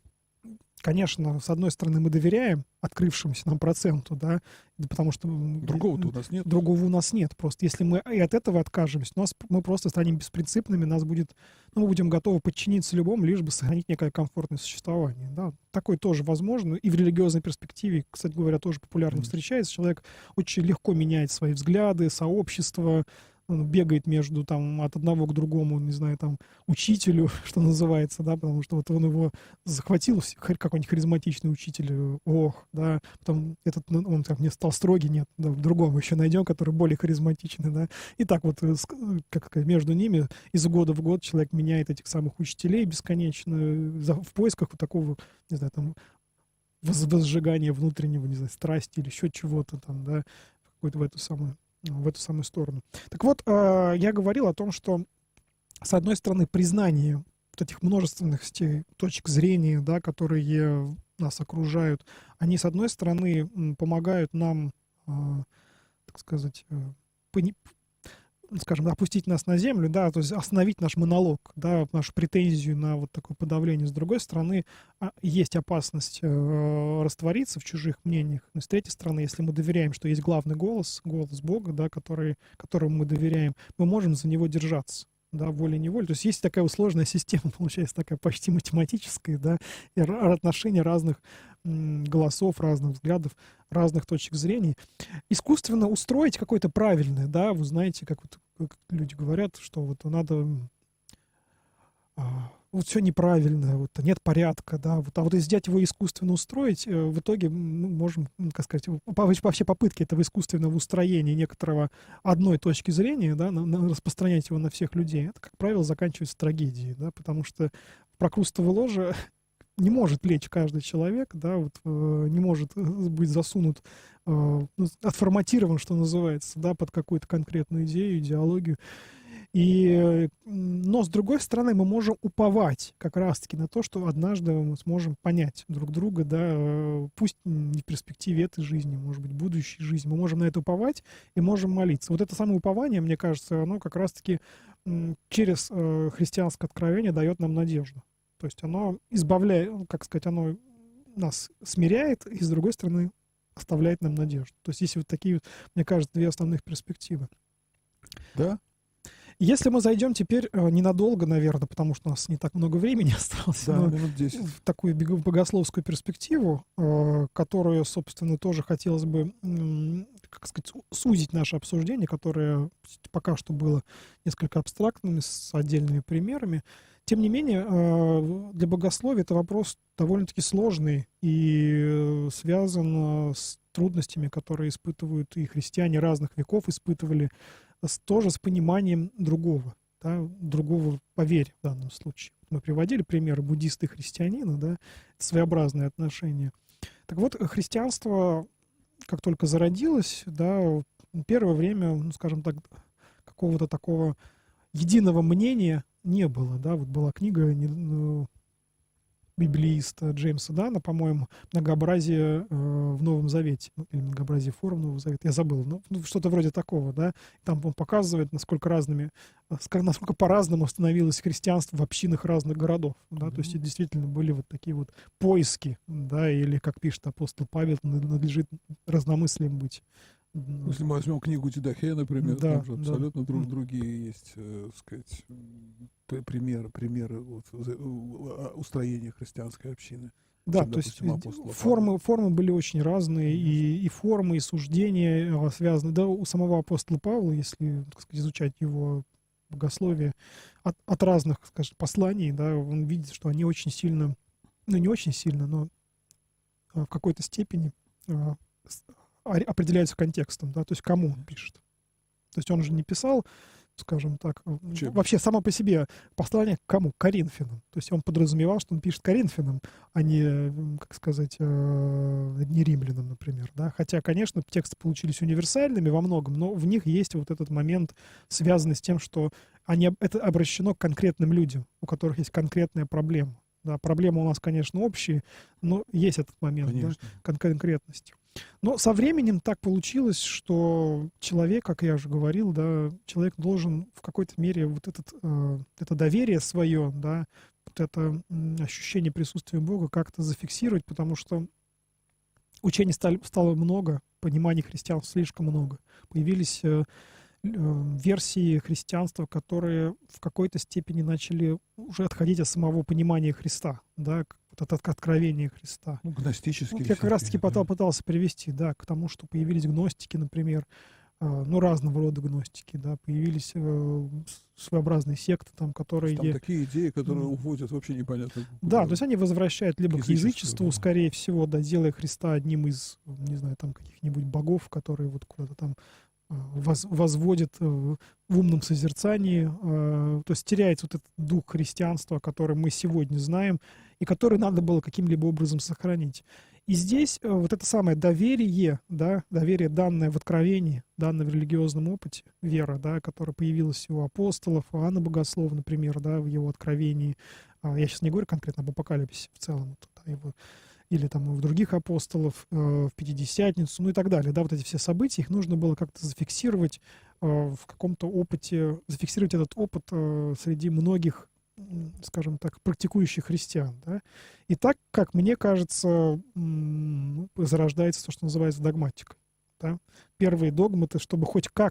конечно, с одной стороны, мы доверяем открывшемуся нам проценту, да, да, потому что м, где- Другого-то м, у нас нет. другого у нас нет. Просто если мы и от этого откажемся, у нас, мы просто станем беспринципными, нас будет, ну, мы будем готовы подчиниться любому, лишь бы сохранить некое комфортное существование. Да. Такое тоже возможно. И в религиозной перспективе, кстати говоря, тоже популярно Мгм. встречается. Человек очень легко меняет свои взгляды, сообщество, он бегает между там от одного к другому, не знаю, там учителю, что называется, да, потому что вот он его захватил, вс- хар- какой-нибудь харизматичный учитель, э, ох, да, потом этот, ну, он там не стал строгий, нет, да, другого еще найдем, который более харизматичный, да, и так вот, э, ск- э, как сказать, между ними из года в год человек меняет этих самых учителей бесконечно, э, за- в поисках вот такого, не знаю, там, воз- возжигания внутреннего, не знаю, страсти или еще чего-то там, да, какой-то в эту самую, в эту самую сторону. Так вот, э, я говорил о том, что с одной стороны, признание вот этих множественных сте- точек зрения, да, которые нас окружают, они, с одной стороны, м, помогают нам, а, так сказать, э, пони- скажем, опустить нас на землю, да, то есть остановить наш монолог, да, нашу претензию на вот такое подавление. С другой стороны, а, есть опасность э, раствориться в чужих мнениях. Но с третьей стороны, если мы доверяем, что есть главный голос, голос Бога, да, который, которому мы доверяем, мы можем за него держаться, да, волей-неволей. То есть есть такая сложная система, получается, такая почти математическая, да, и ра- отношения разных м, голосов, разных взглядов, разных точек зрения. Искусственно устроить какое-то правильное, да, вы знаете, как вот как люди говорят, что вот надо а, вот все неправильно, вот нет порядка, да, вот, а вот если взять его и искусственно устроить, э, в итоге мы можем, м, как сказать, в- по- вообще попытки этого искусственного устроения некоторого одной точки зрения, да, на- на- распространять его на всех людей, это, как правило, заканчивается трагедией, да, потому что в прокрустовое ложе не может лечь каждый человек, да, вот, э, не может э, быть засунут, э, ну, отформатирован, что называется, да, под какую-то конкретную идею, идеологию. И, э, м, но, с другой стороны, мы можем уповать как раз-таки на то, что однажды мы сможем понять друг друга, да, э, пусть не в перспективе этой жизни, может быть, будущей жизни. Мы можем на это уповать и можем молиться. Вот это самое упование, мне кажется, оно как раз-таки м, через э, христианское откровение дает нам надежду. То есть оно избавляет, ну, как сказать, оно нас смиряет и, с другой стороны, оставляет нам надежду. То есть есть вот такие, вот, мне кажется, две основных перспективы. Да? Если мы зайдем теперь э, ненадолго, наверное, потому что у нас не так много времени осталось, Да, но минут десять. в такую бего- богословскую перспективу, э, которую, собственно, тоже хотелось бы, м, как сказать, су- сузить наше обсуждение, которое пока что было несколько абстрактным, с отдельными примерами. Тем не менее, э, для богословия это вопрос довольно-таки сложный и э, связан э, с трудностями, которые испытывают и христиане разных веков испытывали, с- тоже с пониманием другого, да, другого по вере в данном случае. Мы приводили примеры буддиста и христианина, да, это своеобразные отношения. Так вот, христианство, как только зародилось, да, вот первое время, ну, скажем так, какого-то такого единого мнения не было, да, вот была книга не- ну, библеиста Джеймса Дана, по-моему, «Многообразие э, в Новом Завете», ну, или «Многообразие форм Нового Завета», я забыл, ну, ну, что-то вроде такого, да, там он показывает, насколько разными, э, ска- насколько по-разному становилось христианство в общинах разных городов, да, то есть Мгм. и действительно были вот такие вот поиски, да, или, как пишет апостол Павел, над- надлежит разномыслием быть. Ну, М, если мы возьмем книгу Тидахея, например, там Да, же да. абсолютно друг, М. другие есть, э, сказать, м, п- примеры, примеры вот, за- у- а, устроения христианской общины, Да, чем, то есть допустим, э, у апостола Павла. формы, формы были очень разные, Конечно. и, и формы, и суждения э, связаны. Да, у самого апостола Павла, если, так сказать, изучать его богословие от, от разных, скажем, посланий, да, он видит, что они очень сильно, ну не очень сильно, но а, в какой-то степени а, с- а- определяются контекстом, да, то есть кому он пишет. То есть он же не писал, скажем так, э, Учебник. вообще само по себе послание к кому? К Коринфянам. То есть он подразумевал, что он пишет Коринфянам, а не, м, как сказать, э, не римлянам, например. Да? Хотя, конечно, тексты получились универсальными во многом, но в них есть вот этот момент, связанный с тем, что они, об- это обращено к конкретным людям, у которых есть конкретная проблема. Да, проблемы у нас, конечно, общие, но есть этот момент, да, Конечно. кон- конкретности. Но со временем так получилось, что человек, как я уже говорил, да, человек должен в какой-то мере вот этот, э, это доверие свое, да, вот это м, ощущение присутствия Бога как-то зафиксировать, потому что учений стали, стало много, пониманий христиан слишком много. Появились э, э, версии христианства, которые в какой-то степени начали уже отходить от самого понимания Христа, да, к- вот от, от откровения Христа. Ну, Вот гностические я как раз-таки всякие, потом да. пытался привести, да, к тому, что появились гностики, например, а, ну, разного рода гностики, да, появились э, с- своеобразные секты, там, То есть там которые, такие идеи, которые м, уводят вообще непонятно да, то куда. есть они возвращают К либо к язычеству, язычеству, да. скорее всего, да, делая Христа одним из, не знаю, там, каких-нибудь богов, которые вот куда-то там а, воз- возводят э, в умном созерцании, э, то есть теряется вот этот дух христианства, который мы сегодня знаем, и который надо было каким-либо образом сохранить. И здесь э, вот это самое доверие, да, доверие, данное в откровении, данное в религиозном опыте, вера, да, которая появилась у апостолов, у Анны Богослова, например, да, в его откровении. А, Я сейчас не говорю конкретно об апокалипсисе в целом, вот, да, его, или там в других апостолов, э, в Пятидесятницу, ну и так далее. Да, вот эти все события, их нужно было как-то зафиксировать э, в каком-то опыте, зафиксировать этот опыт э, среди многих, м, скажем так, практикующих христиан. Да? И так, как мне кажется, м, ну, зарождается то, что называется догматикой. Да? Первые догматы, чтобы хоть как-то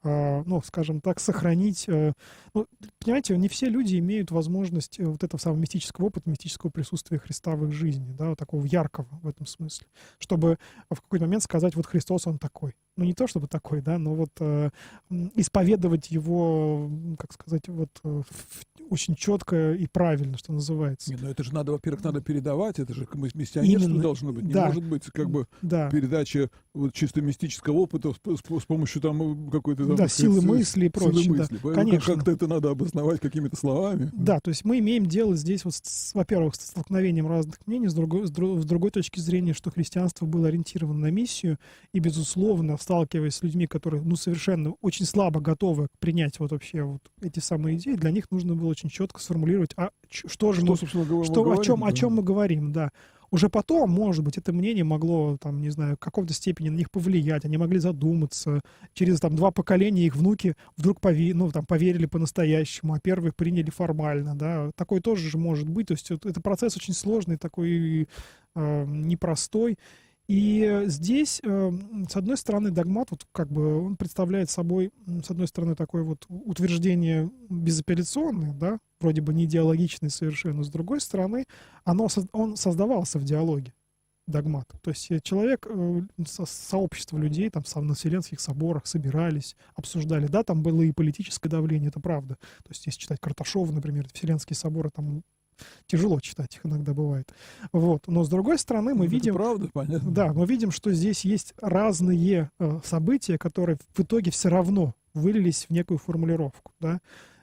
э, ну, скажем так, сохранить... Э, ну, понимаете, не все люди имеют возможность э, вот этого самого мистического опыта, мистического присутствия Христа в их жизни, да, вот такого яркого в этом смысле, чтобы в какой-то момент сказать, вот Христос, он такой. Ну, не то чтобы такой, да, но вот э, исповедовать его, как сказать, вот э, очень четко и правильно, что называется. Не, ну это же надо, во-первых, надо передавать, это же миссионерство Именно, должно быть. Не да, может быть как бы да, передача вот чисто мистического опыта с, с- с помощью там какой-то там, да, так сказать, силы с- мысли и силы прочее, да, мысли. Поэтому как- конечно. как-то это надо обосновать какими-то словами. Да, то есть мы имеем дело здесь, вот, с, во-первых, с столкновением разных мнений, с другой, с, дру- с другой точки зрения, что христианство было ориентировано на миссию, и, безусловно, сталкиваясь с людьми, которые, ну, совершенно очень слабо готовы принять вот вообще вот эти самые идеи, для них нужно было очень четко сформулировать, а ч- что же Что, мы, собственно говоря, мы что, о, говорим, чем, о да. чем мы говорим, да. Уже потом, может быть, это мнение могло, там, не знаю, в каком-то степени на них повлиять, они могли задуматься. Через там два поколения их внуки вдруг пови, ну, там, поверили по-настоящему, а первых приняли формально, да. Такое тоже же может быть. То есть это это процесс очень сложный, такой э, непростой. И здесь, э, с одной стороны, догмат, вот как бы он представляет собой, м, с одной стороны, такое вот утверждение безапелляционное, да, вроде бы не идеологичное совершенно, с другой стороны, оно, соз- он создавался в диалоге, догмат. То есть э, человек, э, со- сообщество людей там со- на Вселенских соборах собирались, обсуждали. Да, там было и политическое давление, это правда. То есть если читать Карташова, например, Вселенские соборы, там тяжело читать их иногда бывает. Вот. Но с другой стороны мы Ну, это видим... правда, понятно. Да, мы видим, что здесь есть разные э, события, которые в итоге все равно вылились в некую формулировку, да,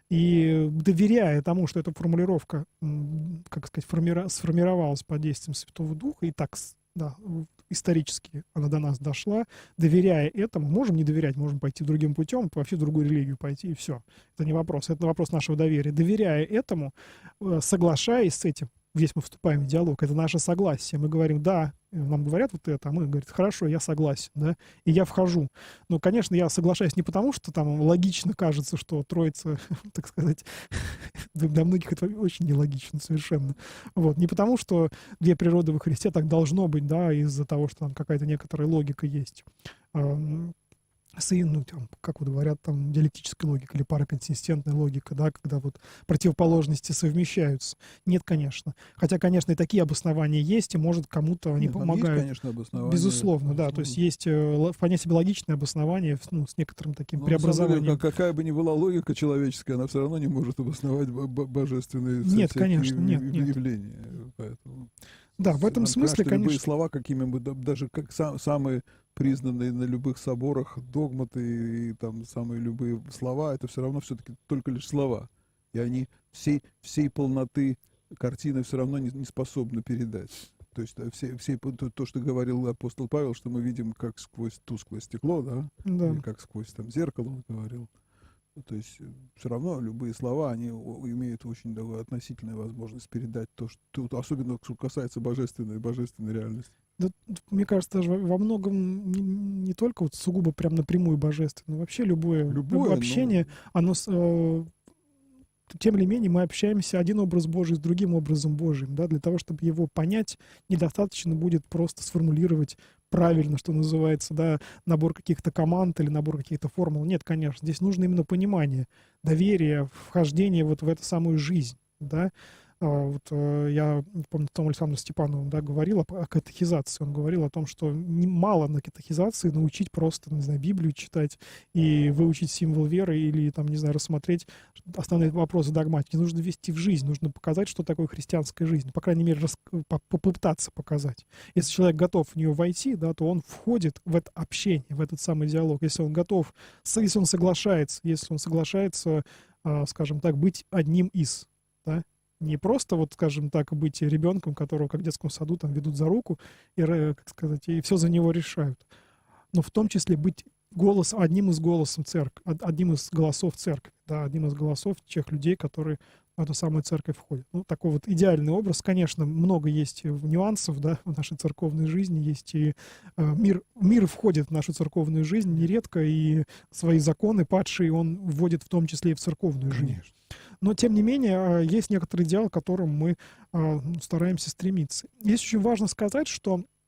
и доверяя тому, что эта формулировка, м, как сказать, формира- сформировалась под действием Святого Духа, и так, с- да, в- исторически она до нас дошла, доверяя этому, можем не доверять, можем пойти другим путем, вообще в другую религию пойти, и все. Это не вопрос, это вопрос нашего доверия. Доверяя этому, э, соглашаясь с этим, здесь мы вступаем в диалог, это наше согласие. Мы говорим, да, нам говорят вот это, а мы говорим, хорошо, я согласен, да, и я вхожу. Но, конечно, я соглашаюсь не потому, что там логично кажется, что Троица, так сказать, для многих это очень нелогично совершенно. Вот, не потому, что две природы во Христе так должно быть, да, из-за того, что там какая-то некоторая логика есть. Ам, Сои- ну, там, как вот говорят, там, диалектическая логика или параконсистентная логика, да, когда вот противоположности совмещаются. Нет, конечно. Хотя, конечно, и такие обоснования есть, и, может, кому-то они Нет, там есть, помогают. конечно, обоснование. Безусловно, да. То есть безусловно. есть э, л- вполне себе логичное обоснование, в- ну, с некоторым таким Но на самом деле, преобразованием. как- какая бы ни была логика человеческая, она все равно не может обосновать бо- бо- божественные вся- Нет, всякие конечно, нет, яв- нет. явления. Поэтому Да, в этом нам смысле, кажется, любые конечно. слова, какими бы да- даже как сам- самые признанные на любых соборах догматы и, там самые любые слова, это все равно все-таки только лишь слова. И они всей, всей полноты картины все равно не, не способны передать. То есть э, все, все, то, то, что говорил апостол Павел, что мы видим как сквозь тусклое стекло, да, Да. или как сквозь там зеркало, он говорил. То есть все равно любые слова, они о- имеют очень такую относительную возможность передать то, что, особенно что касается божественной, божественной реальности. Да, мне кажется, даже во во многом не, не только вот сугубо прям напрямую божественно, вообще любое, Любое, общение, оно, с, э, тем не менее, мы общаемся один образ Божий с другим образом Божьим, да, для того, чтобы его понять, недостаточно будет просто сформулировать правильно, что называется, да, набор каких-то команд или набор каких-то формул. Нет, конечно, здесь нужно именно понимание, доверие, вхождение вот в эту самую жизнь, да. А, Вот э, я помню, Том Александр Степанов, да, говорил о, о катехизации. Он говорил о том, что не, мало на катехизации научить просто, не знаю, Библию читать и выучить символ веры или, там, не знаю, рассмотреть основные вопросы догматики. Нужно ввести в жизнь, нужно показать, что такое христианская жизнь. По крайней мере, рас, по- попытаться показать. Если человек готов в нее войти, да, то он входит в это общение, в этот самый диалог. Если он готов, с- если он соглашается, если он соглашается, а, скажем так, быть одним из, да, не просто, вот, скажем так, быть ребенком, которого, как в детском саду, там, ведут за руку и, ре- как сказать, и все за него решают. Но в том числе быть голос, одним из голосов церкви, одним из голосов церкви, да, одним из голосов тех людей, которые в эту самую церковь входят. Ну, такой вот идеальный образ. Конечно, много есть нюансов, да, в нашей церковной жизни, есть и э, мир, мир входит в нашу церковную жизнь нередко, и свои законы падшие он вводит в том числе и в церковную жизнь. Конечно. Но, тем не менее, есть некоторый идеал, к которому мы а, стараемся стремиться. Здесь очень важно сказать, что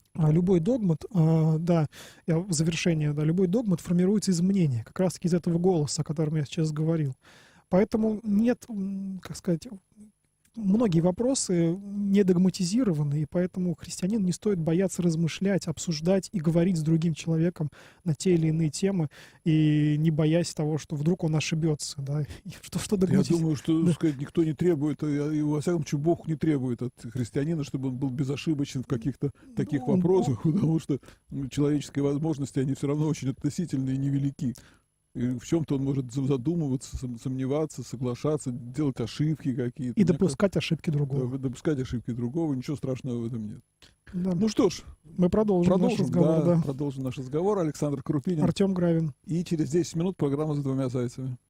А любой догмат, а, да, я в завершение, да, любой догмат формируется из мнения, как раз-таки из этого голоса, о котором я сейчас говорил. Поэтому нет, м, как сказать, многие вопросы не догматизированы, и поэтому христианин не стоит бояться размышлять, обсуждать и говорить с другим человеком на те или иные темы, и не боясь того, что вдруг он ошибется, да, и что, что Я догматизировать. думаю, что, Да. сказать, никто не требует, э, и во всяком случае, Бог не требует от христианина, чтобы он был безошибочен в каких-то таких Ну, вопросах, потому что ну, человеческие возможности, они все равно очень относительные и невелики. И в чем-то он может за- задумываться, сом- сомневаться, соглашаться, делать ошибки какие-то. и Мне допускать ошибки кажется, другого. да, допускать ошибки другого, ничего страшного в этом нет. Да. Ну что ж, Мы продолжим наш продолжим, разговор, да, да. продолжим наш разговор. Александр Крупинин. Артем Гравин. И через десять минут программа «За двумя зайцами».